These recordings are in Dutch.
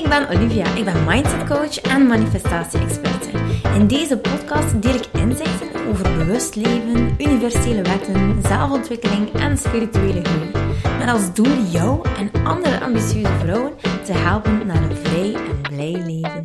ben Olivia, ik ben mindset coach en manifestatie-experte. In deze podcast deel ik inzichten over bewust leven, universele wetten, zelfontwikkeling en spirituele groei. Met als doel jou en andere ambitieuze vrouwen te helpen naar een vrij en blij leven.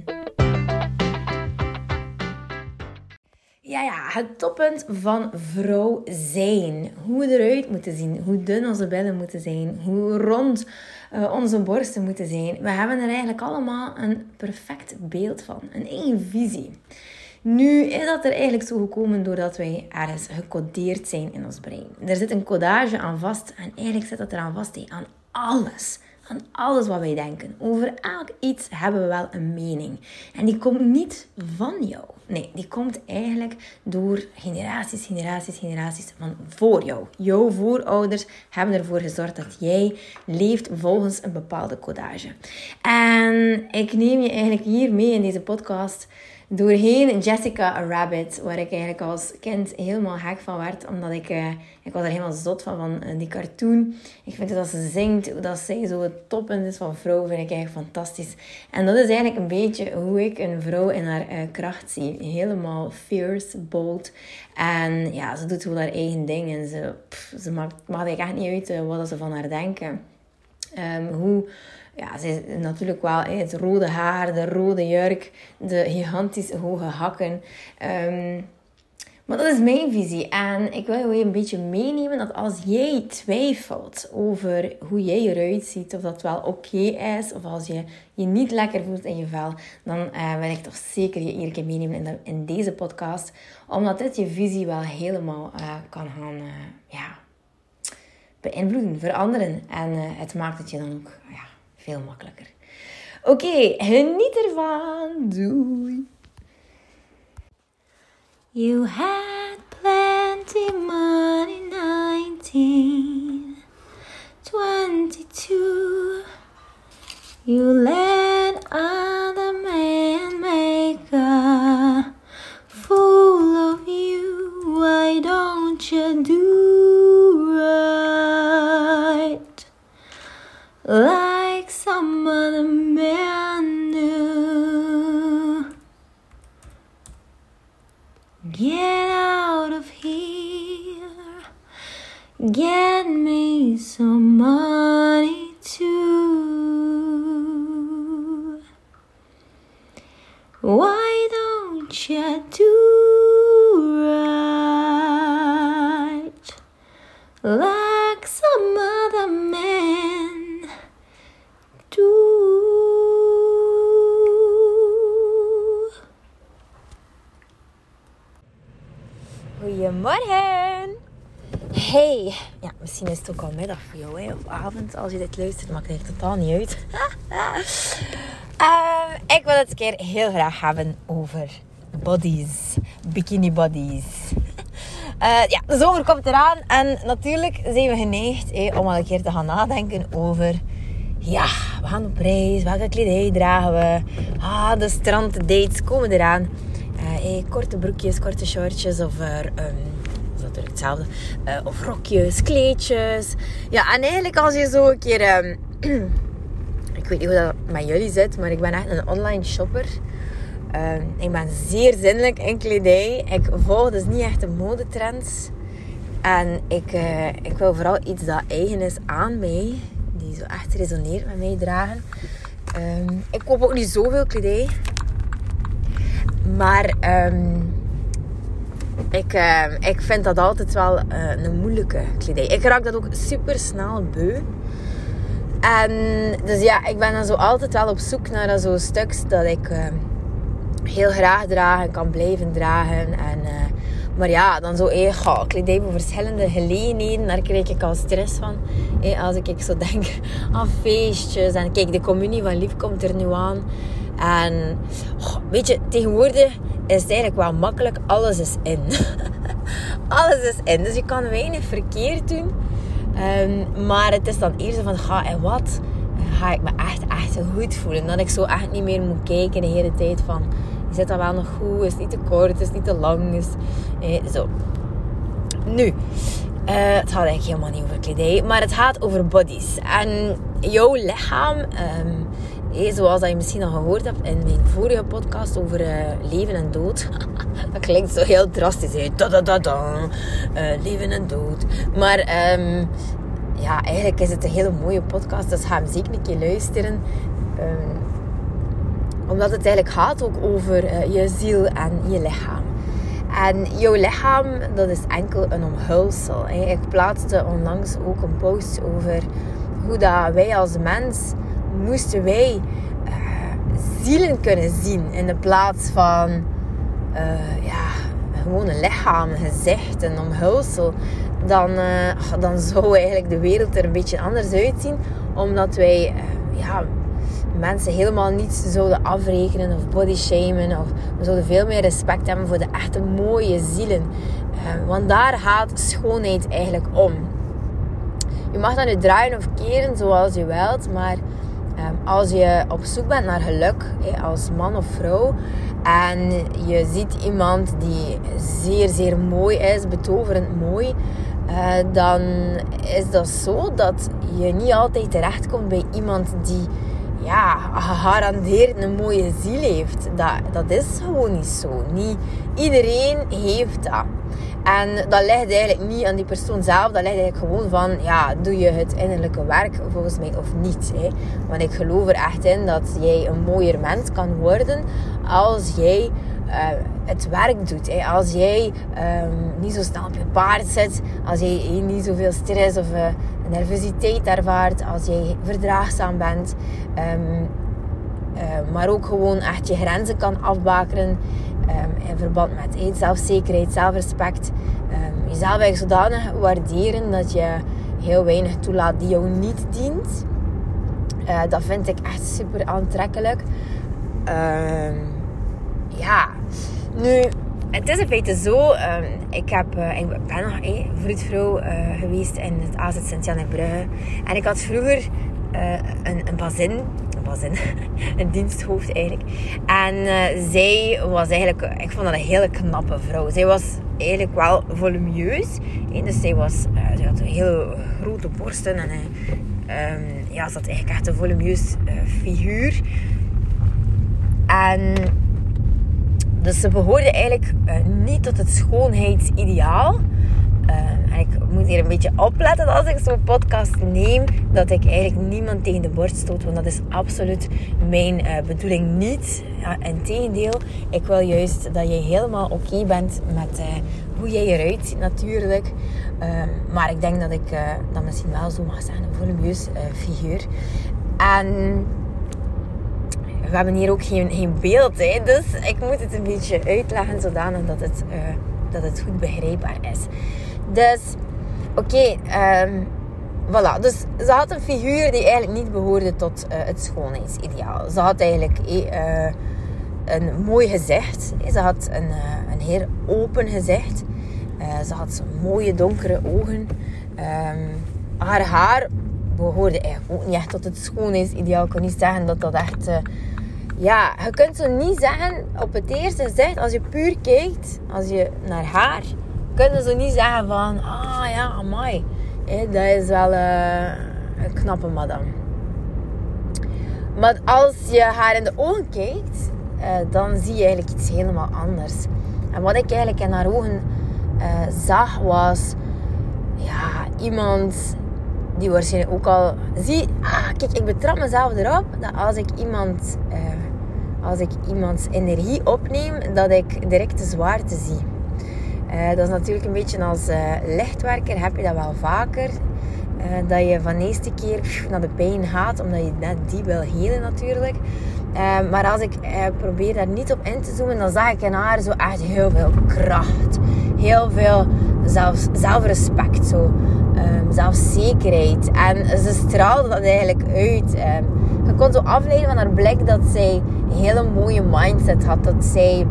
Ja, het toppunt van vrouw zijn. Hoe we eruit moeten zien, hoe dun onze billen moeten zijn, hoe rond onze borsten moeten zijn. We hebben er eigenlijk allemaal een perfect beeld van, een eigen visie. Nu is dat er eigenlijk zo gekomen doordat wij ergens gecodeerd zijn in ons brein. Er zit een codage aan vast en eigenlijk zit dat eraan vast aan alles. Aan alles wat wij denken. Over elk iets hebben we wel een mening. En die komt niet van jou. Nee, die komt eigenlijk door generaties van voor jou. Jouw voorouders hebben ervoor gezorgd dat jij leeft volgens een bepaalde codage. En ik neem je eigenlijk hier mee in deze podcast doorheen Jessica Rabbit, waar ik eigenlijk als kind helemaal gek van werd, omdat ik was er helemaal zot van die cartoon. Ik vind dat ze zingt, hoe dat zij zo het toppunt is van vrouw, vind ik eigenlijk fantastisch. En dat is eigenlijk een beetje hoe ik een vrouw in haar kracht zie. Helemaal fierce, bold. En ja, ze doet gewoon haar eigen ding en ze maakt eigenlijk echt niet uit wat ze van haar denken. Ja, ze is natuurlijk wel het rode haar, de rode jurk, de gigantisch hoge hakken. Maar dat is mijn visie. En ik wil je een beetje meenemen dat als jij twijfelt over hoe jij eruit ziet, of dat wel oké is, of als je je niet lekker voelt in je vel, dan wil ik toch zeker je iedere keer meenemen in deze podcast. Omdat dit je visie wel helemaal kan gaan beïnvloeden, veranderen. En het maakt het je dan ook veel makkelijker. Oké, geniet ervan. Doei. You had plenty money 1922. You let other men make a fool of you. Why don't you do right like some other man do? Get out of here. Get me some money too. Why don't you do right like some other man do? Goedemorgen! Hey! Ja, misschien is het ook al middag voor jou, of avond als je dit luistert. Maakt er totaal niet uit. Ik wil het een keer heel graag hebben over bodies. Bikini bodies. De zomer komt eraan. En natuurlijk zijn we geneigd om al een keer te gaan nadenken over... Ja, we gaan op reis. Welke kledij dragen we? De stranddates komen eraan. Korte broekjes, korte shortjes of dat is natuurlijk hetzelfde. Of rokjes, kleedjes. Ja, en eigenlijk als je zo een keer... ik weet niet hoe dat met jullie zit, maar ik ben echt een online shopper. Ik ben zeer zinnelijk in kledij. Ik volg dus niet echt de modetrends. En ik wil vooral iets dat eigen is aan mij. Die zo echt resoneert met mij dragen. Ik koop ook niet zoveel kledij. Maar ik vind dat altijd wel een moeilijke kledij. Ik raak dat ook super snel beu. En dus ja, ik ben dan zo altijd wel op zoek naar zo'n stuks dat ik heel graag draag en kan blijven dragen. Maar ja, dan zo kledij voor verschillende gelegenheden. Daar krijg ik al stress van. Als ik zo denk aan feestjes. En kijk, de communie van Lief komt er nu aan. En weet je, tegenwoordig is het eigenlijk wel makkelijk. Alles is in. Alles is in. Dus je kan weinig verkeerd doen. Maar het is dan eerst van, wat ga ik me echt goed voelen. Dat ik zo echt niet meer moet kijken de hele tijd van... Zit dat wel nog goed? Is het niet te kort? Is het niet te lang? Zo. Nu, het gaat eigenlijk helemaal niet over kledij. Maar het gaat over bodies. En jouw lichaam Zoals dat je misschien al gehoord hebt in mijn vorige podcast over leven en dood. Dat klinkt zo heel drastisch. Leven en dood. Maar eigenlijk is het een hele mooie podcast. Dus ga hem zeker een keer luisteren. Omdat het eigenlijk gaat ook over je ziel en je lichaam. En jouw lichaam, dat is enkel een omhulsel. Ik plaatste onlangs ook een post over hoe dat wij als mens moesten wij zielen kunnen zien in de plaats van gewoon een lichaam, een gezicht, een omhulsel. Dan zou eigenlijk de wereld er een beetje anders uitzien, omdat wij mensen helemaal niet zouden afrekenen of bodyshamen. Of we zouden veel meer respect hebben voor de echte mooie zielen. Want daar gaat schoonheid eigenlijk om. Je mag dat nu draaien of keren zoals je wilt. Maar als je op zoek bent naar geluk, als man of vrouw, en je ziet iemand die zeer, zeer mooi is, betoverend mooi, dan is dat zo dat je niet altijd terechtkomt bij iemand die gegarandeerd een mooie ziel heeft. Dat is gewoon niet zo. Niet iedereen heeft dat. En dat ligt eigenlijk niet aan die persoon zelf. Dat ligt eigenlijk gewoon van, doe je het innerlijke werk volgens mij of niet. Want ik geloof er echt in dat jij een mooier mens kan worden als jij het werk doet. Als jij niet zo snel op je paard zit. Als jij niet zoveel stress of nervositeit ervaart. Als jij verdraagzaam bent. Maar ook gewoon echt je grenzen kan afbakeren. In verband met zelfzekerheid, zelfrespect. Jezelf eigenlijk zodanig waarderen dat je heel weinig toelaat die jou niet dient. Dat vind ik echt super aantrekkelijk. Nu, het is in feite zo. Ik ben nog vroedvrouw geweest in het AZ Sint-Jan in Brugge. En ik had vroeger een bazin, een diensthoofd eigenlijk. En zij was eigenlijk, ik vond dat een hele knappe vrouw. Zij was eigenlijk wel volumeus. Dus zij had een hele grote borsten. En ze had eigenlijk echt een volumeus figuur. En dus ze behoorde eigenlijk niet tot het schoonheidsideaal. En ik moet hier een beetje opletten als ik zo'n podcast neem, dat ik eigenlijk niemand tegen de borst stoot, want dat is absoluut mijn bedoeling niet. Integendeel, ik wil juist dat je helemaal oké bent met hoe jij eruit ziet natuurlijk. Maar ik denk dat ik dat misschien wel zo mag zeggen, een volumeus figuur. En we hebben hier ook geen beeld, dus ik moet het een beetje uitleggen zodanig dat het goed begrijpbaar is. Dus, voilà. Dus ze had een figuur die eigenlijk niet behoorde tot het schoonheidsideaal. Ze had eigenlijk een mooi gezicht. Ze had een heel open gezicht. Ze had mooie donkere ogen. Haar haar behoorde eigenlijk ook niet echt tot het schoonheidsideaal. Ik kan niet zeggen dat echt... je kunt zo niet zeggen op het eerste gezicht, als je puur kijkt, als je naar haar, kun je zo niet zeggen van, amai, dat is wel een knappe madame. Maar als je haar in de ogen kijkt, dan zie je eigenlijk iets helemaal anders. En wat ik eigenlijk in haar ogen zag, was iemand die waarschijnlijk ook al... Kijk, ik betrap mezelf erop dat als ik iemands energie opneem, dat ik direct de zwaarte zie. Dat is natuurlijk een beetje als lichtwerker, heb je dat wel vaker. Dat je van de eerste keer naar de pijn gaat, omdat je net die wil helen natuurlijk. Maar als ik probeer daar niet op in te zoomen, dan zag ik in haar zo echt heel veel kracht. Heel veel zelfrespect, zo. Zelfzekerheid. En ze straalde dat eigenlijk uit. Je kon zo afleiden van haar blik dat zij een hele mooie mindset had. Dat zij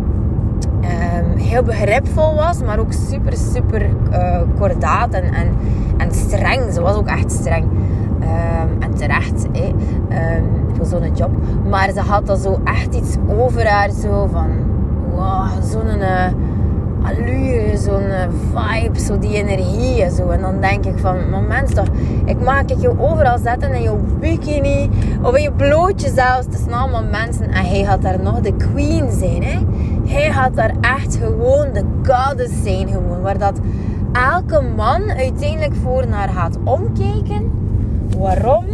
heel begripvol was, maar ook super, super kordaat en streng. Ze was ook echt streng. En terecht, voor zo'n job. Maar ze had dan zo echt iets over haar, zo van, wow, zo'n allure, zo'n vibe, zo die energie en zo. En dan denk ik van, maar mens toch, ik maak je overal zetten in jouw bikini of in je blootje zelfs. Het zijn allemaal mensen en hij gaat daar nog de queen zijn, hè. Hij gaat daar echt gewoon de goddess zijn, gewoon. Waar dat elke man uiteindelijk voor naar gaat omkijken. Waarom?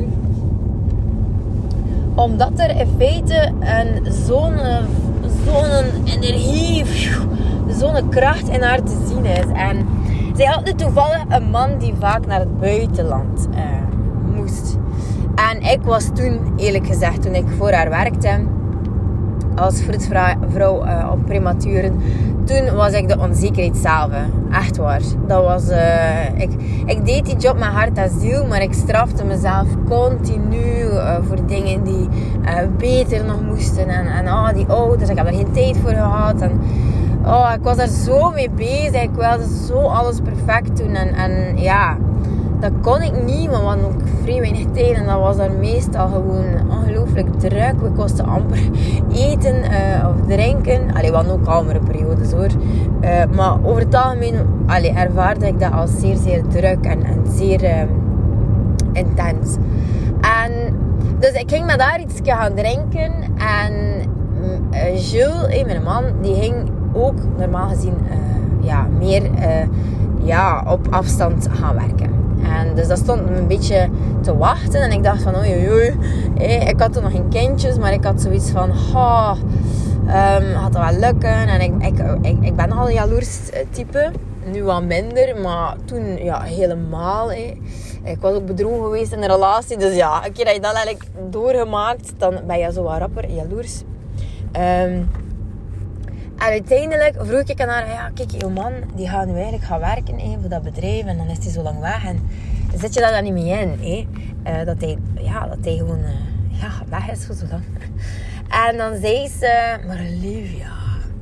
Omdat er in feite zo'n energie, zo'n kracht in haar te zien is. En zij had nu toevallig een man die vaak naar het buitenland moest. En ik was toen, eerlijk gezegd, toen ik voor haar werkte als vroedvrouw op prematuren, toen was ik de onzekerheid zelf. Echt waar. Dat was, ik deed die job met hart en ziel, maar ik strafte mezelf continu voor dingen die beter nog moesten. En die ouders, ik heb er geen tijd voor gehad. En ik was daar zo mee bezig. Ik wilde zo alles perfect doen. En ja, dat kon ik niet, maar we hadden ook vrij weinig tijd. En dat was daar meestal gewoon ongelooflijk druk. We kosten amper eten of drinken. We hadden ook kalmere periodes hoor. Maar over het algemeen ervaarde ik dat als zeer, zeer druk en zeer intens. En dus ik ging met haar iets gaan drinken. En Jules, mijn man, die ging ook normaal gezien meer op afstand gaan werken. En dus dat stond me een beetje te wachten. En ik dacht van, oei. Ik had toen nog geen kindjes, maar ik had zoiets van, gaat dat wel lukken? En ik ben al een jaloers type. Nu wat minder, maar toen helemaal. Ik was ook bedrogen geweest in een relatie. Dus ja, een keer dat je dat eigenlijk doorgemaakt, dan ben je zo wat rapper jaloers. En uiteindelijk vroeg ik aan haar, kijk, jouw man die gaat nu eigenlijk gaan werken voor dat bedrijf en dan is hij zo lang weg en zet je dat dan niet meer in, dat hij gewoon weg is voor zo lang. En dan zei ze, maar Olivia,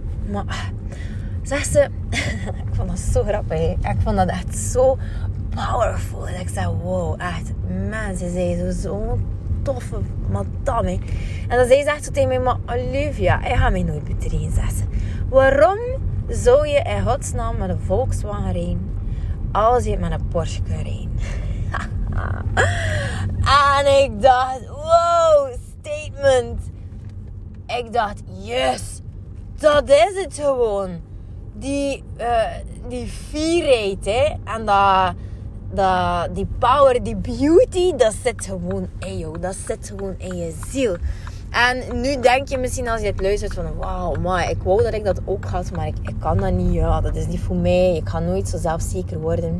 zegt ze, ik vond dat zo grappig, ik vond dat echt zo powerful. En ik zei, wow, echt, mensen, zei zo toffe madame. En dan zei ze echt zo tegen mij, maar Olivia, hij gaat mij nooit bedriegen, zegt ze. Waarom zou je in godsnaam met een Volkswagen rijden als je met een Porsche kunt rijden? En ik dacht, wow, statement. Ik dacht, yes, dat is het gewoon. Die fierheid, hè. En die power, die beauty, dat zit gewoon in jou. Dat zit gewoon in je ziel. En nu denk je misschien als je het luistert van, wauw, maar ik wou dat ik dat ook had, maar ik kan dat niet. Ja, dat is niet voor mij. Ik ga nooit zo zelfzeker worden.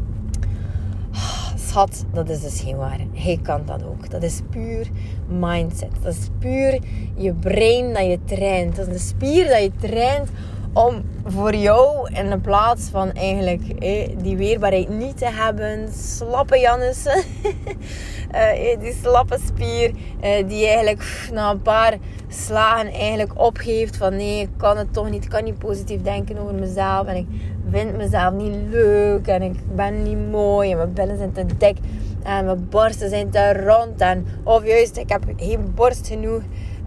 Schat, dat is dus geen waar. Hij kan dat ook. Dat is puur mindset. Dat is puur je brein dat je traint. Dat is de spier dat je traint om voor jou in de plaats van eigenlijk die weerbaarheid niet te hebben. Slappe Jannissen. Die slappe spier die eigenlijk na een paar slagen eigenlijk opgeeft van nee, ik kan het toch niet. Ik kan niet positief denken over mezelf. En ik vind mezelf niet leuk. En ik ben niet mooi. En mijn billen zijn te dik. En mijn borsten zijn te rond. Of juist, ik heb geen borst genoeg.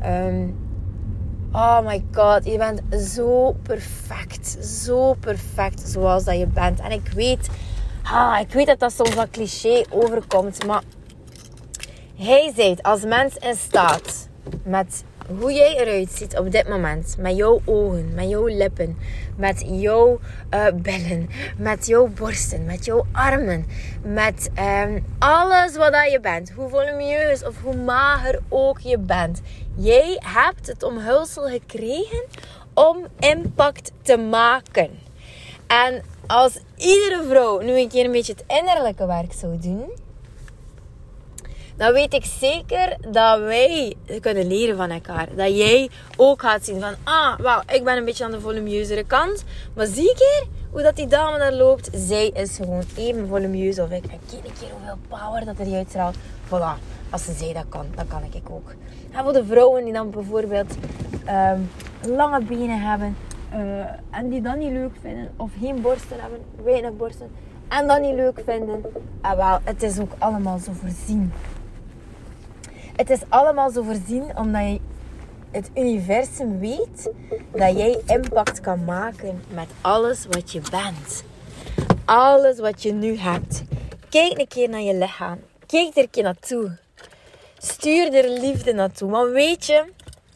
Oh my god, je bent zo perfect. Zo perfect zoals dat je bent. En ik weet dat dat soms wat cliché overkomt. Maar hij zit als mens in staat met hoe jij eruit ziet op dit moment. Met jouw ogen, met jouw lippen, met jouw billen, met jouw borsten, met jouw armen. Met alles wat dat je bent. Hoe volumineus of hoe mager ook je bent. Jij hebt het omhulsel gekregen om impact te maken. En als iedere vrouw nu een keer een beetje het innerlijke werk zou doen, dan weet ik zeker dat wij kunnen leren van elkaar. Dat jij ook gaat zien van, ik ben een beetje aan de volumineuzere kant. Maar zie ik hier hoe dat die dame daar loopt? Zij is gewoon even volumineus of ik. En kijk een keer hoeveel power dat eruit straalt. Voilà, als ze zij dat kan, dan kan ik ook. En voor de vrouwen die dan bijvoorbeeld lange benen hebben en die dat niet leuk vinden, of geen borsten hebben, weinig borsten, en dat niet leuk vinden, het is ook allemaal zo voorzien. Het is allemaal zo voorzien omdat je het universum weet dat jij impact kan maken met alles wat je bent. Alles wat je nu hebt. Kijk een keer naar je lichaam. Kijk er een keer naartoe. Stuur er liefde naartoe. Want weet je,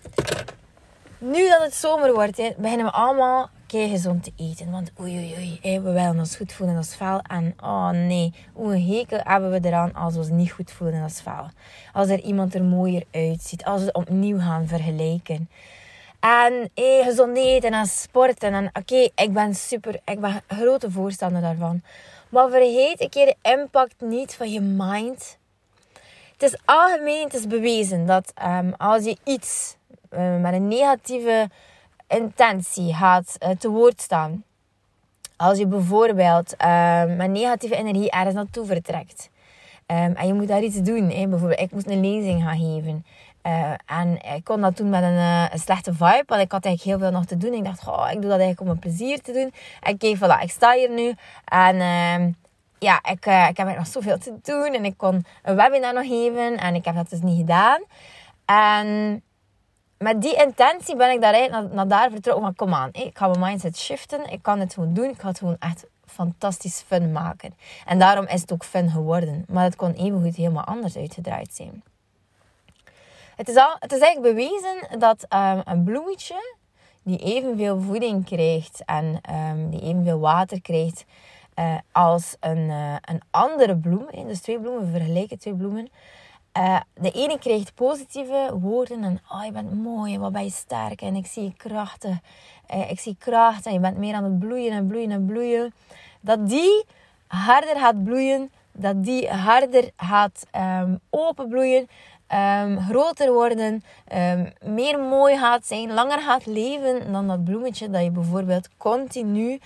nu dat het zomer wordt, beginnen we allemaal gezond te eten. Want oei, we willen ons goed voelen in ons vel. En oh nee, hoe een hekel hebben we eraan als we ons niet goed voelen in ons vel. Als er iemand er mooier uitziet. Als we het opnieuw gaan vergelijken. En gezond eten en sporten. En oké, ik ben een grote voorstander daarvan. Maar vergeet een keer de impact niet van je mind. Het is algemeen, het is bewezen dat als je iets met een negatieve intentie gaat te woord staan. Als je bijvoorbeeld met negatieve energie ergens naartoe vertrekt. En je moet daar iets doen. Bijvoorbeeld, ik moest een lezing gaan geven. En ik kon dat doen met een slechte vibe. Want ik had eigenlijk heel veel nog te doen. Ik dacht, ik doe dat eigenlijk om mijn plezier te doen. En kijk, voilà, ik sta hier nu. En ik heb nog zoveel te doen. En ik kon een webinar nog geven. En ik heb dat dus niet gedaan. En met die intentie ben ik daar eigenlijk naar daar vertrokken. Maar kom aan, ik ga mijn mindset shiften. Ik kan het gewoon doen. Ik ga het gewoon echt fantastisch fun maken. En daarom is het ook fun geworden. Maar het kon evengoed helemaal anders uitgedraaid zijn. Het is eigenlijk bewezen dat een bloemetje die evenveel voeding krijgt en die evenveel water krijgt als een andere bloem. Dus twee bloemen, we vergelijken twee bloemen. De ene krijgt positieve woorden en je bent mooi, wat ben je sterk en ik zie je krachtig. Ik zie kracht en je bent meer aan het bloeien en bloeien en bloeien. Dat die harder gaat bloeien, dat die harder gaat openbloeien. Groter worden, meer mooi gaat zijn, langer gaat leven dan dat bloemetje dat je bijvoorbeeld continu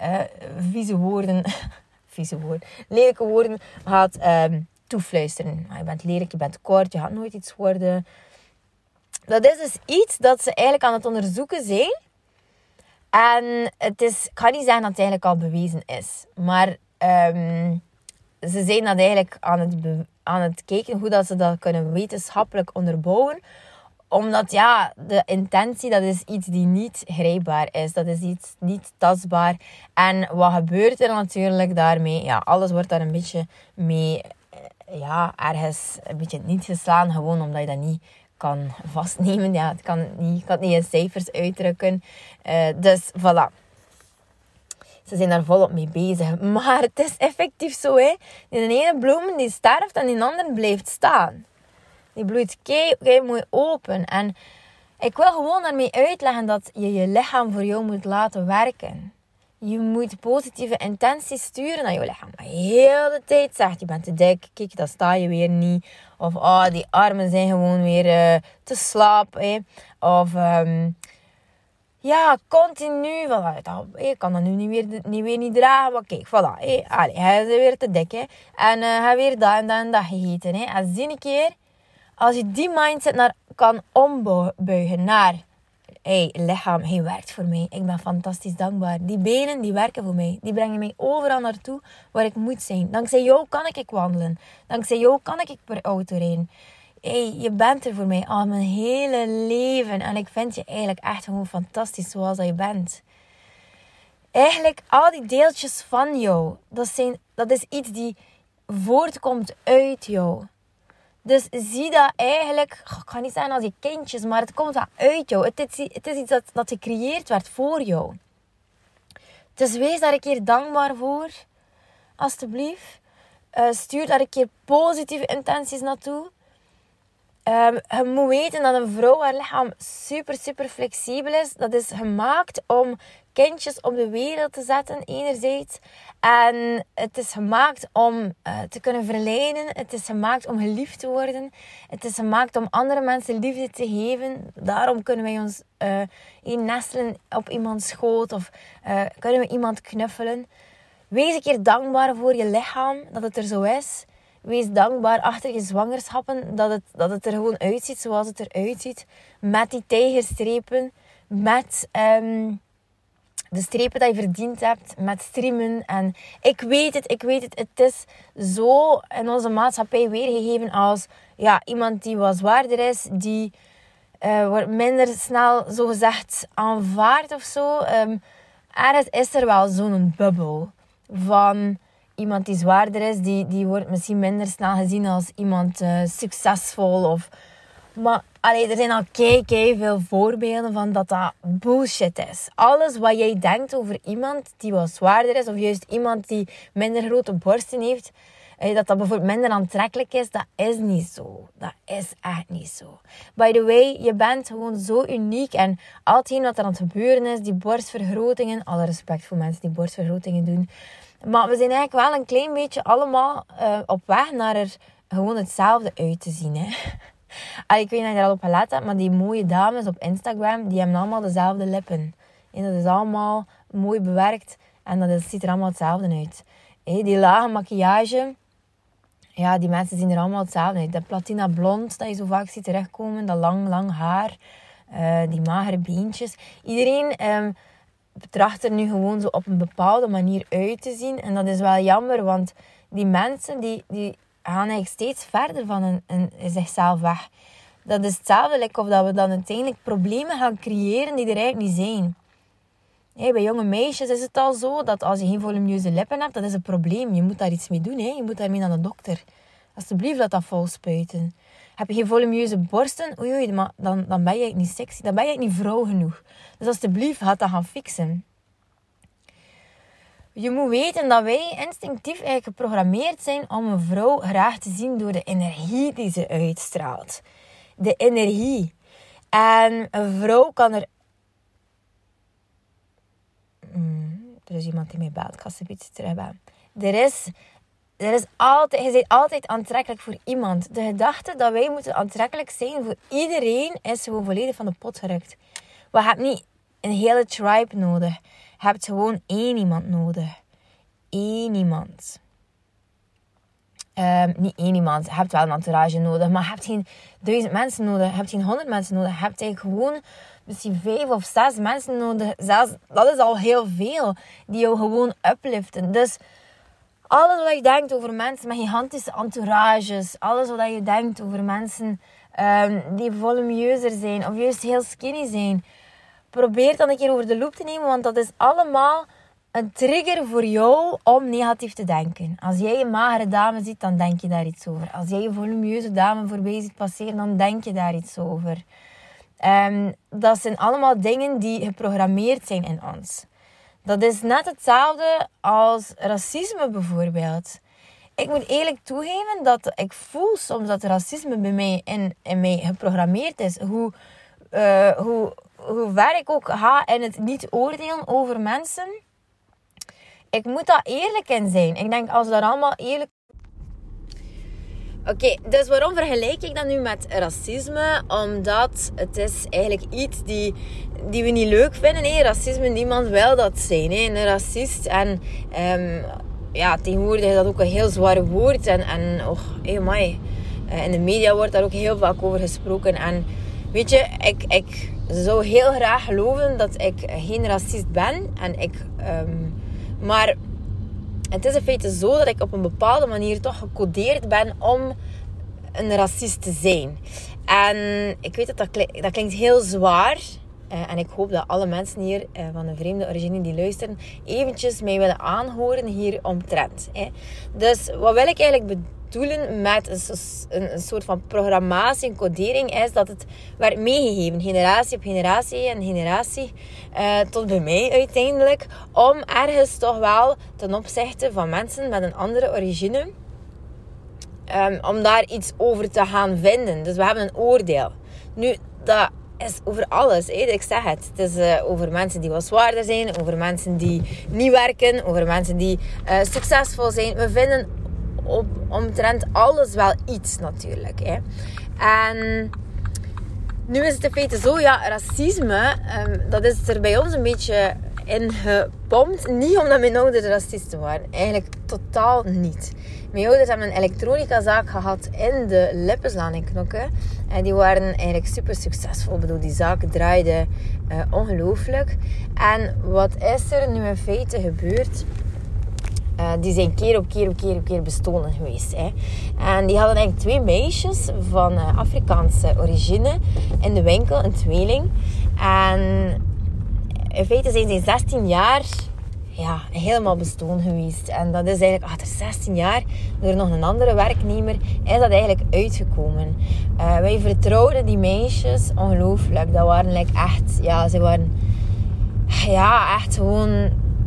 lelijke woorden gaat toefluisteren. Je bent lelijk, je bent kort, je gaat nooit iets worden. Dat is dus iets dat ze eigenlijk aan het onderzoeken zijn. En ik ga niet zeggen dat het eigenlijk al bewezen is, maar ze zijn dat eigenlijk aan het kijken hoe dat ze dat kunnen wetenschappelijk onderbouwen. Omdat de intentie, dat is iets die niet grijpbaar is. Dat is iets niet tastbaar. En wat gebeurt er natuurlijk daarmee? Alles wordt daar een beetje mee, ergens een beetje niet geslaan. Gewoon omdat je dat niet kan vastnemen. Ja, ik kan het niet in cijfers uitdrukken. Dus voilà. Ze zijn daar volop mee bezig. Maar het is effectief zo. De ene bloem die sterft en die andere blijft staan. Die bloeit kei mooi open. En ik wil gewoon daarmee uitleggen dat je je lichaam voor jou moet laten werken. Je moet positieve intenties sturen naar je lichaam. Maar heel de tijd zegt, je bent te dik. Kijk, dan sta je weer niet. Of die armen zijn gewoon weer te slap. Of continu. Ik kan dat nu weer niet dragen. Maar kijk, voilà. Hij is weer te dik. En hij heeft weer dat en dat gegeten. En zie een keer, als je die mindset kan ombuigen naar... lichaam, hij werkt voor mij. Ik ben fantastisch dankbaar. Die benen, die werken voor mij. Die brengen mij overal naartoe waar ik moet zijn. Dankzij jou kan ik wandelen. Dankzij jou kan ik per auto rijden. Je bent er voor mij al mijn hele leven. En ik vind je eigenlijk echt gewoon fantastisch zoals dat je bent. Eigenlijk, al die deeltjes van jou, dat is iets die voortkomt uit jou. Dus zie dat eigenlijk, ik ga niet zeggen als je kindjes, maar het komt wel uit jou. Het is iets dat gecreëerd werd voor jou. Dus wees daar een keer dankbaar voor, alstublieft. Stuur daar een keer positieve intenties naartoe. Je moet weten dat een vrouw haar lichaam super, super flexibel is. Dat is gemaakt om kindjes op de wereld te zetten, enerzijds. En het is gemaakt om te kunnen verleiden. Het is gemaakt om geliefd te worden. Het is gemaakt om andere mensen liefde te geven. Daarom kunnen wij ons nestelen op iemands schoot of kunnen we iemand knuffelen. Wees een keer dankbaar voor je lichaam, dat het er zo is. Wees dankbaar achter je zwangerschappen, dat het er gewoon uitziet zoals het eruit ziet. Met die tijgerstrepen, met de strepen die je verdiend hebt, met streamen. En ik weet het, het is zo in onze maatschappij weergegeven als iemand die wat zwaarder is, die wordt minder snel zogezegd aanvaard of zo. Ergens is er wel zo'n bubbel van iemand die zwaarder is. Die wordt misschien minder snel gezien als iemand succesvol. Maar er zijn al kei veel voorbeelden van dat bullshit is. Alles wat jij denkt over iemand die wat zwaarder is, of juist iemand die minder grote borsten heeft, dat bijvoorbeeld minder aantrekkelijk is, dat is niet zo. Dat is echt niet zo. By the way, je bent gewoon zo uniek. En al hetgeen wat er aan het gebeuren is, die borstvergrotingen, alle respect voor mensen die borstvergrotingen doen. Maar we zijn eigenlijk wel een klein beetje allemaal op weg naar er gewoon hetzelfde uit te zien. Hè? Ik weet niet of je er al op gelet hebt, maar die mooie dames op Instagram, die hebben allemaal dezelfde lippen. En dat is allemaal mooi bewerkt en dat ziet er allemaal hetzelfde uit. Die lage maquillage, ja, die mensen zien er allemaal hetzelfde uit. Dat platina blond dat je zo vaak ziet terechtkomen, dat lang haar, die magere beentjes. Iedereen betracht er nu gewoon zo op een bepaalde manier uit te zien. En dat is wel jammer, want die mensen die gaan eigenlijk steeds verder van zichzelf weg. Dat is hetzelfde of dat we dan uiteindelijk problemen gaan creëren die er eigenlijk niet zijn. Bij jonge meisjes is het al zo dat als je geen volumineuze lippen hebt, dat is een probleem. Je moet daar iets mee doen. Je moet daarmee naar de dokter. Alsjeblieft, laat dat vol spuiten. Heb je geen volumineuze borsten? Oei, maar dan ben je eigenlijk niet sexy. Dan ben je eigenlijk niet vrouw genoeg. Dus alsjeblieft, ga dat gaan fixen. Je moet weten dat wij instinctief eigenlijk geprogrammeerd zijn om een vrouw graag te zien door de energie die ze uitstraalt. De energie. En een vrouw kan er... Er is iemand die mij belt. Ik ga ze iets terugbellen. Er is altijd... Je bent altijd aantrekkelijk voor iemand. De gedachte dat wij moeten aantrekkelijk zijn voor iedereen is gewoon volledig van de pot gerukt. We hebben niet een hele tribe nodig. Je hebt gewoon één iemand nodig. Eén iemand. Niet één iemand. Je hebt wel een entourage nodig. Maar je hebt geen 1000 mensen nodig. Je hebt geen 100 mensen nodig. Je hebt eigenlijk gewoon misschien 5 of 6 mensen nodig. Zelfs, dat is al heel veel. Die jou gewoon upliften. Dus alles wat je denkt over mensen met gigantische entourages. Alles wat je denkt over mensen die volumineuzer zijn. Of juist heel skinny zijn. Probeer dan een keer over de loep te nemen. Want dat is allemaal een trigger voor jou om negatief te denken. Als jij een magere dame ziet, dan denk je daar iets over. Als jij een volumineuze dame voorbij ziet passeren, dan denk je daar iets over. Dat zijn allemaal dingen die geprogrammeerd zijn in ons. Dat is net hetzelfde als racisme bijvoorbeeld. Ik moet eerlijk toegeven dat ik voel soms dat racisme bij mij in mij geprogrammeerd is. Hoe ver ik ook ga in het niet oordelen over mensen. Ik moet daar eerlijk in zijn. Ik denk, als we daar allemaal eerlijk... Oké, dus waarom vergelijk ik dat nu met racisme? Omdat het is eigenlijk iets die we niet leuk vinden. Racisme, niemand wil dat zijn. Een racist. En tegenwoordig is dat ook een heel zwaar woord. En in de media wordt daar ook heel vaak over gesproken. En weet je, ik zou heel graag geloven dat ik geen racist ben. Maar het is in feite zo dat ik op een bepaalde manier toch gecodeerd ben om een racist te zijn. En ik weet dat klinkt heel zwaar. En ik hoop dat alle mensen hier van een vreemde origine die luisteren eventjes mij willen aanhoren hier omtrent. Dus wat wil ik eigenlijk bedoelen met een soort van programmatie, een codering, is dat het werd meegegeven, generatie op generatie en generatie, tot bij mij uiteindelijk, om ergens toch wel ten opzichte van mensen met een andere origine, om daar iets over te gaan vinden. Dus we hebben een oordeel. Nu, dat is over alles. Ik zeg het. Het is over mensen die wat zwaarder zijn, over mensen die niet werken, over mensen die succesvol zijn. We vinden omtrent alles wel iets natuurlijk. En nu is het in feite zo, racisme, dat is er bij ons een beetje in gepompt. Niet omdat mijn ouders racisten waren. Eigenlijk totaal niet. Mijn ouders hebben een elektronicazaak gehad in de Lippenslaan in Knokke. En die waren eigenlijk super succesvol. Ik bedoel, die zaak draaide ongelooflijk. En wat is er nu in feite gebeurd? Die zijn keer op keer bestolen geweest. Hè. En die hadden eigenlijk 2 meisjes van Afrikaanse origine in de winkel, een tweeling. En in feite zijn ze 16 jaar helemaal bestolen geweest. En dat is eigenlijk achter 16 jaar, door nog een andere werknemer, is dat eigenlijk uitgekomen. Wij vertrouwden die meisjes ongelooflijk. Dat waren echt, ze waren echt gewoon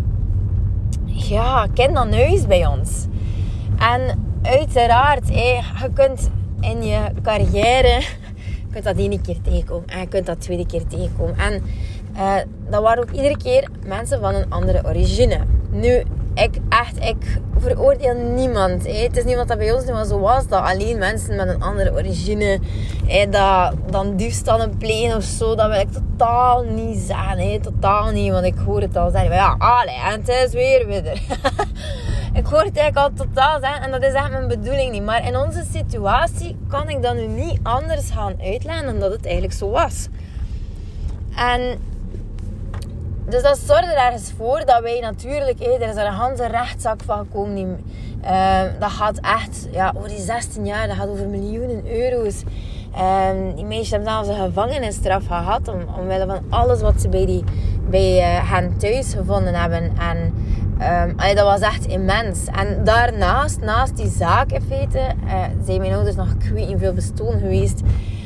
kind aan huis bij ons. En uiteraard, je kunt in je carrière, je kunt dat 1 keer tegenkomen en je kunt dat 2e keer tegenkomen. En dat waren ook iedere keer mensen van een andere origine. Nu, ik veroordeel niemand. Het is niemand dat bij ons niet zo was, dat alleen mensen met een andere origine dan diefstallen plegen of zo. Dat wil ik totaal niet zeggen. Totaal niet, want ik hoor het al zeggen. Maar en het is weer. Ik hoor het eigenlijk al totaal zeggen en dat is echt mijn bedoeling niet. Maar in onze situatie kan ik dat nu niet anders gaan uitleggen dan dat het eigenlijk zo was. En dus dat zorgde er ergens voor dat wij natuurlijk, er is er een hele rechtszaak van gekomen. Dat gaat echt, over die 16 jaar, dat gaat over miljoenen euro's. Die meisjes hebben zelfs een gevangenisstraf gehad omwille van alles wat ze bij hen thuis gevonden hebben. En dat was echt immens. En daarnaast, naast die zaak in feite, zijn mijn ouders nog, ik weet niet veel, bestolen geweest.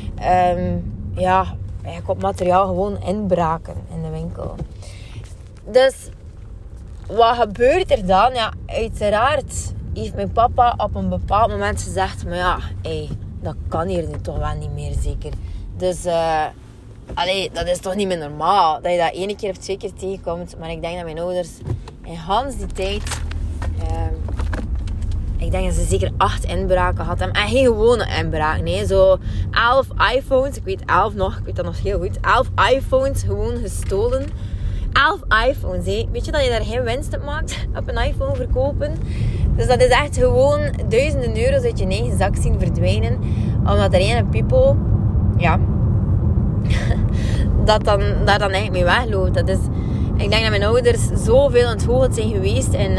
Eigenlijk op materiaal gewoon inbraken in de winkel. Dus wat gebeurt er dan? Ja, uiteraard heeft mijn papa op een bepaald moment gezegd, maar dat kan hier nu toch wel niet meer zeker. Dus dat is toch niet meer normaal dat je dat 1 keer of 2 keer tegenkomt. Maar ik denk dat mijn ouders in gans die tijd, ik denk dat ze zeker 8 inbraken hadden. En geen gewone inbraken. Nee. Zo 11 iPhones. Ik weet 11 nog. Ik weet dat nog heel goed. 11 iPhones gewoon gestolen. 11 iPhones. Weet je dat je daar geen winst op maakt? Op een iPhone verkopen. Dus dat is echt gewoon duizenden euro's uit je eigen zak zien verdwijnen. Omdat er ene people daar dan eigenlijk mee wegloopt. Dat is, ik denk dat mijn ouders zoveel aan het hoogte zijn geweest in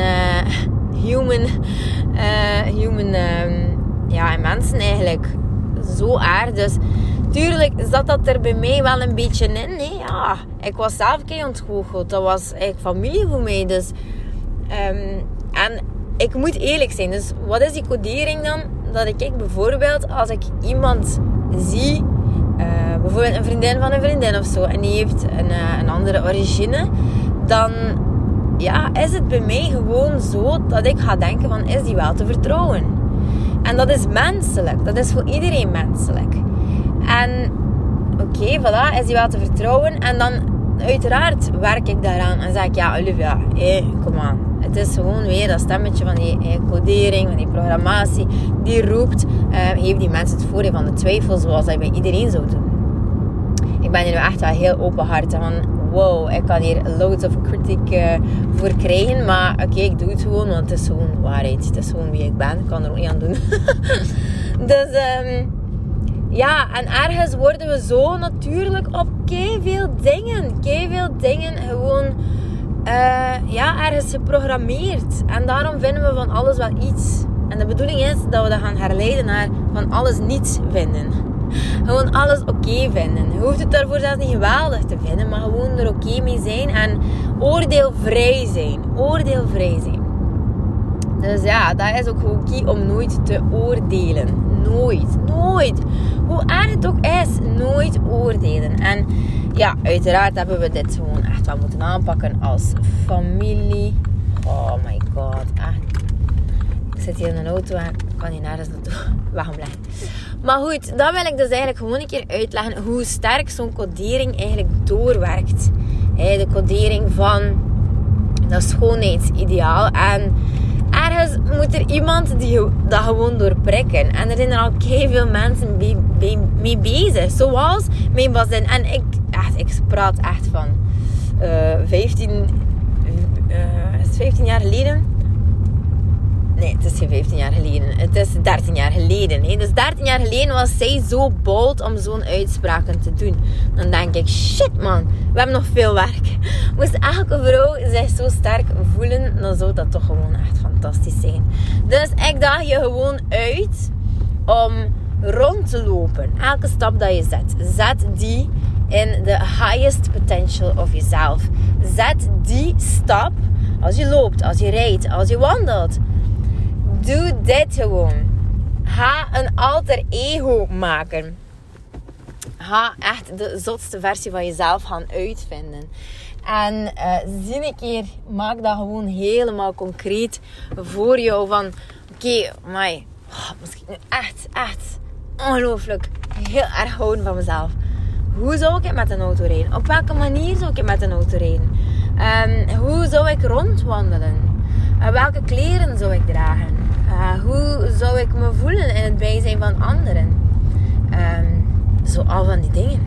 en mensen eigenlijk. Zo erg. Dus tuurlijk zat dat er bij mij wel een beetje in. Nee, ja. Ik was zelf kei ontgoocheld. Dat was eigenlijk familie voor mij. Dus, en ik moet eerlijk zijn. Dus wat is die codering dan? Dat ik bijvoorbeeld, als ik iemand zie, bijvoorbeeld een vriendin van een vriendin of zo, en die heeft een andere origine, dan is het bij mij gewoon zo dat ik ga denken van, is die wel te vertrouwen? En dat is menselijk. Dat is voor iedereen menselijk. En oké, voilà, is die wel te vertrouwen? En dan uiteraard werk ik daaraan en zeg ik, Olivia, kom aan. Het is gewoon weer dat stemmetje van die codering, van die programmatie, die roept, geef die mensen het voordeel van de twijfel, zoals dat je bij iedereen zou doen. Ik ben hier nu echt wel heel openhartig van, wow, ik kan hier loads of kritiek voor krijgen, maar oké, ik doe het gewoon, want het is gewoon waarheid. Het is gewoon wie ik ben, ik kan er ook niet aan doen. Dus, en ergens worden we zo natuurlijk op keiveel dingen gewoon, ergens geprogrammeerd. En daarom vinden we van alles wel iets. En de bedoeling is dat we dat gaan herleiden naar van alles niets vinden. Gewoon alles oké vinden. Je hoeft het daarvoor zelfs niet geweldig te vinden, maar gewoon er oké mee zijn en oordeelvrij zijn. Dus dat is ook gewoon key om nooit te oordelen. Nooit. Hoe erg het ook is, nooit oordelen. En uiteraard hebben we dit gewoon echt wel moeten aanpakken als familie. Oh my god, echt. Ik zit hier in een auto en ik kan hier nergens naartoe. Waarom blijven? Maar goed, dan wil ik dus eigenlijk gewoon een keer uitleggen hoe sterk zo'n codering eigenlijk doorwerkt. De codering van dat schoonheidsideaal. En ergens moet er iemand die dat gewoon doorprikken. En er zijn er al keiveel mensen mee bezig. Zoals mijn bazin. En ik praat echt van 15 jaar geleden. Nee, het is geen 15 jaar geleden. Het is 13 jaar geleden. Hè. Dus 13 jaar geleden was zij zo bold om zo'n uitspraken te doen. Dan denk ik, shit man, we hebben nog veel werk. Moest elke vrouw zich zo sterk voelen, dan zou dat toch gewoon echt fantastisch zijn. Dus ik daag je gewoon uit om rond te lopen. Elke stap dat je zet die in de highest potential of jezelf. Zet die stap als je loopt, als je rijdt, als je wandelt. Doe dit gewoon. Ga een alter ego maken. Ga echt de zotste versie van jezelf gaan uitvinden. En zie een keer, maak dat gewoon helemaal concreet voor jou. Van oké, misschien nu echt ongelooflijk heel erg houden van mezelf. Hoe zou ik met een auto rijden? Op welke manier zou ik met een auto rijden? Hoe zou ik rondwandelen? Welke kleren zou ik dragen? Hoe zou ik me voelen in het bijzijn van anderen? Zo al van die dingen.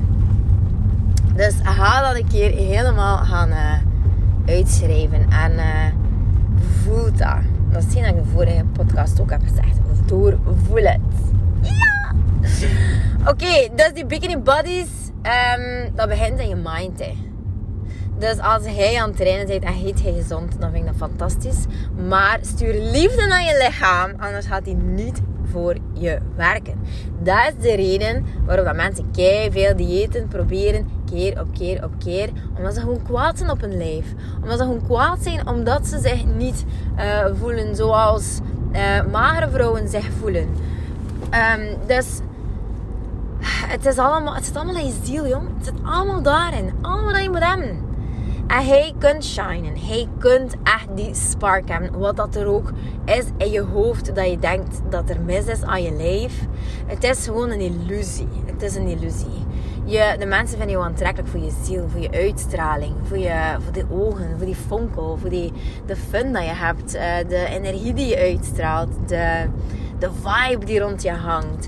Dus ga dat een keer helemaal gaan uitschrijven. En voel dat. Dat is hetgeen dat ik de vorige podcast ook heb gezegd. Doorvoel het. Ja! Oké, dus die bikini bodies, dat begint in je mind. Hè. Dus als jij aan het trainen bent en eet hij gezond, dan vind ik dat fantastisch. Maar stuur liefde naar je lichaam, anders gaat die niet voor je werken. Dat is de reden waarom dat mensen veel diëten proberen, keer op keer. Omdat ze gewoon kwaad zijn op hun lijf. Omdat ze gewoon kwaad zijn omdat ze zich niet voelen zoals magere vrouwen zich voelen. Dus het zit allemaal in je ziel, jong. Het zit allemaal daarin. Allemaal dat je moet hebben. En hij kunt shinen. Hij kunt echt die spark hebben. Wat dat er ook is in je hoofd dat je denkt dat er mis is aan je lijf. Het is gewoon een illusie. Het is een illusie. De mensen vinden jou aantrekkelijk voor je ziel, voor je uitstraling, voor de ogen, voor die fonkel, voor de fun dat je hebt, de energie die je uitstraalt, de vibe die rond je hangt.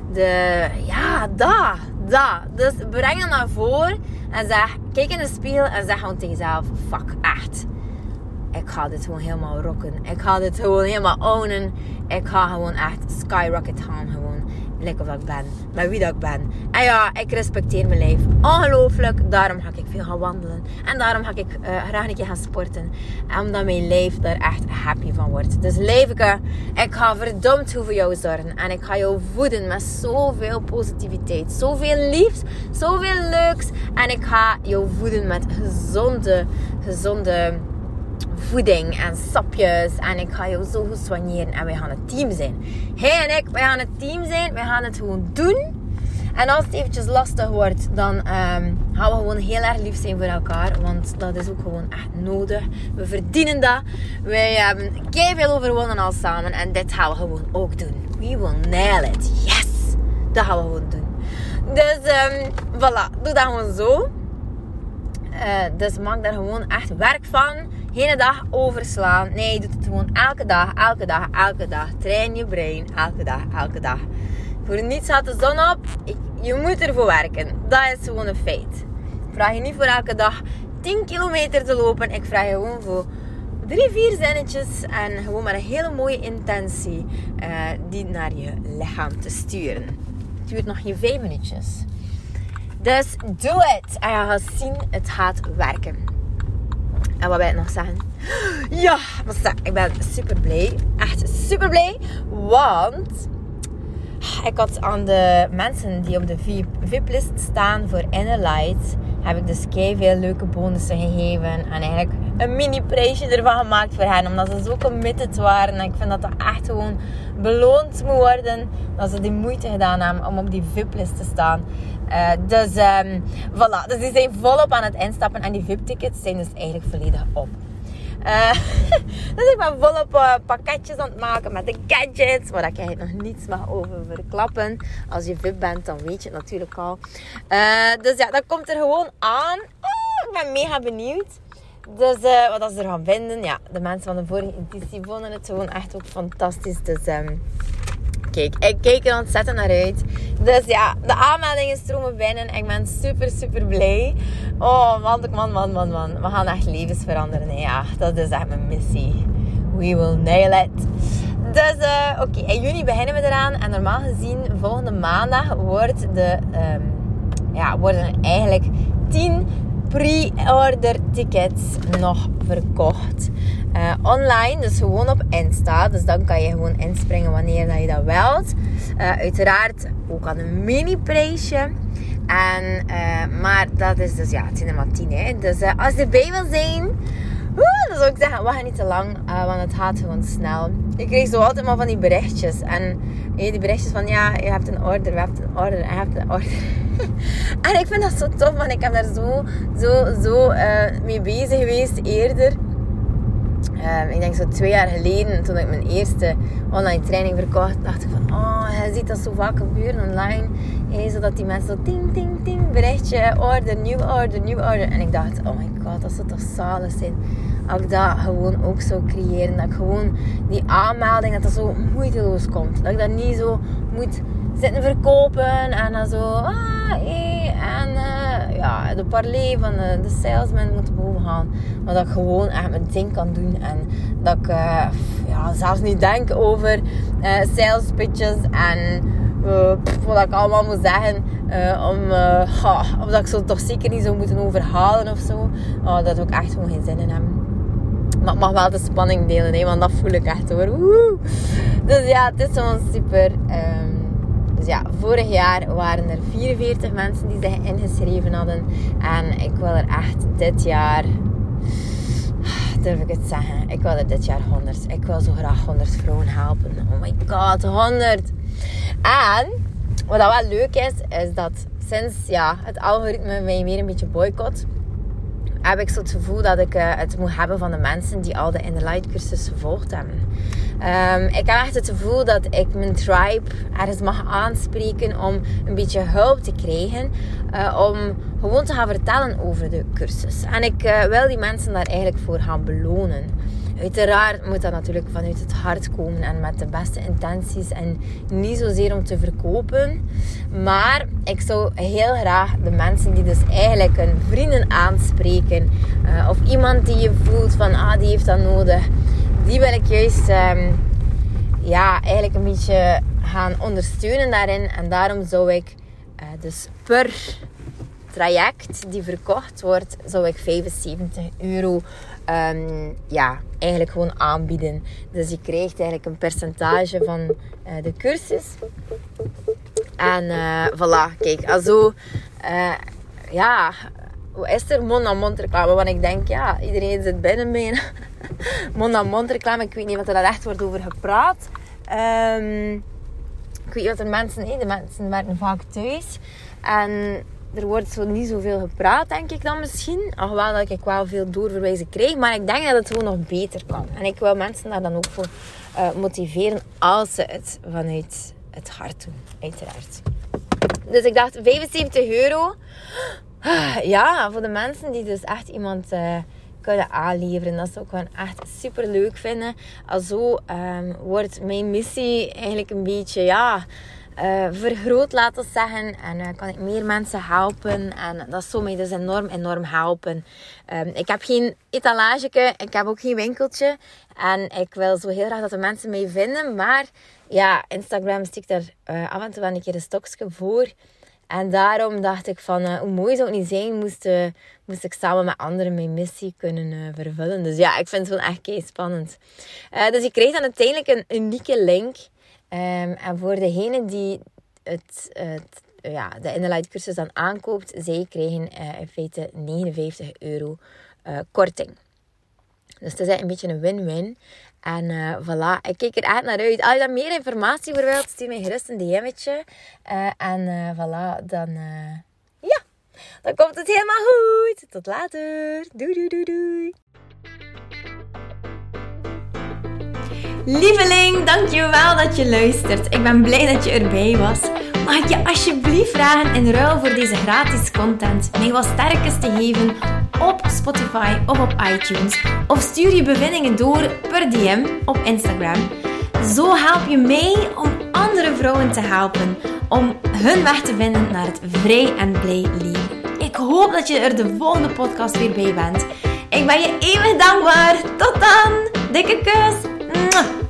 Dat. Dus breng het naar voren en zeg, kijk in de spiegel en zeg gewoon tegen jezelf, fuck, echt. Ik ga dit gewoon helemaal rocken. Ik ga dit gewoon helemaal ownen. Ik ga gewoon echt skyrocket gaan gewoon. Lijkt of dat ik ben. Met wie dat ik ben. En ja, ik respecteer mijn lijf. Ongelooflijk. Daarom ga ik veel gaan wandelen. En daarom ga ik graag een keer gaan sporten. Omdat mijn lijf daar echt happy van wordt. Dus lijfeke, ik ga verdomd goed voor jou zorgen. En ik ga jou voeden met zoveel positiviteit. Zoveel liefs. Zoveel leuks. En ik ga jou voeden met gezonde voeding en sapjes. En ik ga jou zo goed soigneren. En wij gaan een team zijn. Hij en ik, wij gaan een team zijn. Wij gaan het gewoon doen. En als het eventjes lastig wordt, dan gaan we gewoon heel erg lief zijn voor elkaar. Want dat is ook gewoon echt nodig. We verdienen dat. Wij hebben keiveel overwonnen al samen. En dit gaan we gewoon ook doen. We will nail it. Yes! Dat gaan we gewoon doen. Dus voilà. Doe dat gewoon zo. Dus maak daar gewoon echt werk van. Geen dag overslaan. Nee, je doet het gewoon elke dag. Train je brein. Elke dag. Voor niets gaat de zon op. Je moet ervoor werken. Dat is gewoon een feit. Ik vraag je niet voor elke dag 10 kilometer te lopen. Ik vraag je gewoon voor 3-4 zinnetjes. En gewoon met een hele mooie intentie. Die naar je lichaam te sturen. Het duurt nog geen 5 minuutjes. Dus doe het. En je gaat zien, het gaat werken. En wat wil ik nog zeggen? Ja, ik ben super blij. Echt super blij. Want ik had aan de mensen die op de VIP-list staan voor Inner Light, heb ik dus veel leuke bonussen gegeven. En eigenlijk een mini-prijsje ervan gemaakt voor hen. Omdat ze zo committed waren. En ik vind dat dat echt gewoon beloond moet worden. Dat ze die moeite gedaan hebben om op die VIP-list te staan. Dus voilà. Dus die zijn volop aan het instappen. En die VIP-tickets zijn dus eigenlijk volledig op. Dus ik ben volop pakketjes aan het maken met de gadgets. Waar ik eigenlijk nog niets mag over verklappen. Als je VIP bent, dan weet je het natuurlijk al. Dus ja, dat komt er gewoon aan. Oh, ik ben mega benieuwd. Dus wat ze er gaan vinden. Ja, de mensen van de vorige editie vonden het gewoon echt ook fantastisch. Dus kijk, ik kijk er ontzettend naar uit. Dus ja, de aanmeldingen stromen binnen. Ik ben super blij. Oh, man. We gaan echt levens veranderen. Ja, dat is echt mijn missie. We will nail it. Dus oké, in juni beginnen we eraan. En normaal gezien, volgende maandag worden er eigenlijk 10 pre-order tickets nog verkocht. Online, dus gewoon op Insta. Dus dan kan je gewoon inspringen wanneer dat je dat wilt. Uiteraard ook aan een mini-prijsje. Maar dat is dus, het zijn er maar 10. Hè. Dus als je erbij wil zijn, dan zou ik zeggen, wacht niet te lang. Want het gaat gewoon snel. Ik kreeg zo altijd maar van die berichtjes. En die berichtjes van, je hebt een order, je hebt een order. En ik vind dat zo tof, want ik heb daar zo mee bezig geweest eerder. Ik denk zo 2 jaar geleden, toen ik mijn eerste online training verkocht, dacht ik van, je ziet dat zo vaak gebeuren online. Zodat die mensen zo ting, ting, ting, berichtje, order, nieuw order. En ik dacht, oh my god, dat zou toch zalig zijn. Als ik dat gewoon ook zou creëren. Dat ik gewoon die aanmelding, dat zo moeiteloos komt. Dat ik dat niet zo moet zitten verkopen en dan zo, de parley van de salesman moet boven gaan. Maar dat ik gewoon echt mijn ding kan doen. En dat ik zelfs niet denk over sales pitches en wat ik allemaal moet zeggen. Of dat ik zo toch zeker niet zou moeten overhalen of zo. Dat ik echt gewoon geen zin in heb. Maar ik mag wel de spanning delen, hè, want dat voel ik echt hoor. Woehoe. Dus het is gewoon super. Vorig jaar waren er 44 mensen die zich ingeschreven hadden. En ik wil er echt dit jaar, durf ik het zeggen, ik wil er dit jaar 100. Ik wil zo graag 100 vrouwen helpen. Oh my god, 100! En wat dat wel leuk is dat sinds het algoritme mij weer een beetje boycott, heb ik zo het gevoel dat ik het moet hebben van de mensen die al de In The Light cursus gevolgd hebben. Ik heb echt het gevoel dat ik mijn tribe ergens mag aanspreken om een beetje hulp te krijgen. Om gewoon te gaan vertellen over de cursus. En ik wil die mensen daar eigenlijk voor gaan belonen. Uiteraard moet dat natuurlijk vanuit het hart komen en met de beste intenties en niet zozeer om te verkopen. Maar ik zou heel graag de mensen die dus eigenlijk hun vrienden aanspreken, of iemand die je voelt van die heeft dat nodig, die wil ik juist eigenlijk een beetje gaan ondersteunen daarin. En daarom zou ik dus per traject die verkocht wordt, zou ik €75 eigenlijk gewoon aanbieden. Dus je krijgt eigenlijk een percentage van de cursus. En voilà, kijk, also hoe is er mond-aan-mond reclame? Want ik denk, iedereen zit binnen mij. Mond-aan-mond reclame, ik weet niet wat er daar echt wordt over gepraat. Ik weet niet wat de mensen werken vaak thuis. En er wordt zo niet zoveel gepraat, denk ik dan misschien. Alhoewel dat ik wel veel doorverwijzen krijg. Maar ik denk dat het gewoon nog beter kan. En ik wil mensen daar dan ook voor motiveren als ze het vanuit het hart doen, uiteraard. Dus ik dacht, €75. Voor de mensen die dus echt iemand kunnen aanleveren. Dat zou ik gewoon echt super leuk vinden. Alzo wordt mijn missie eigenlijk een beetje vergroot, laten we zeggen. En kan ik meer mensen helpen. En dat zou mij dus enorm helpen. Ik heb geen etalageke. Ik heb ook geen winkeltje. En ik wil zo heel graag dat de mensen mij vinden. Maar Instagram stikt daar af en toe wel een keer een stokje voor. En daarom dacht ik van, hoe mooi zou het niet zijn, moest ik samen met anderen mijn missie kunnen vervullen. Dus ik vind het wel echt kei spannend. Dus je krijgt dan uiteindelijk een unieke link. En voor degene die de In The Light cursus dan aankoopt, zij krijgen in feite €59 korting. Dus het is eigenlijk een beetje een win-win. En voilà, ik kijk er echt naar uit. Als je daar meer informatie over wilt, stuur mij gerust een DM'tje. Voilà, dan komt het helemaal goed. Tot later. Doei. Lieveling, dankjewel dat je luistert. Ik ben blij dat je erbij was. Mag ik je alsjeblieft vragen in ruil voor deze gratis content mij wat sterkes te geven op Spotify of op iTunes? Of stuur je bevindingen door per DM op Instagram. Zo help je mij om andere vrouwen te helpen om hun weg te vinden naar het vrij en blij leven. Ik hoop dat je er de volgende podcast weer bij bent. Ik ben je eeuwig dankbaar. Tot dan. Dikke kus. Mwah.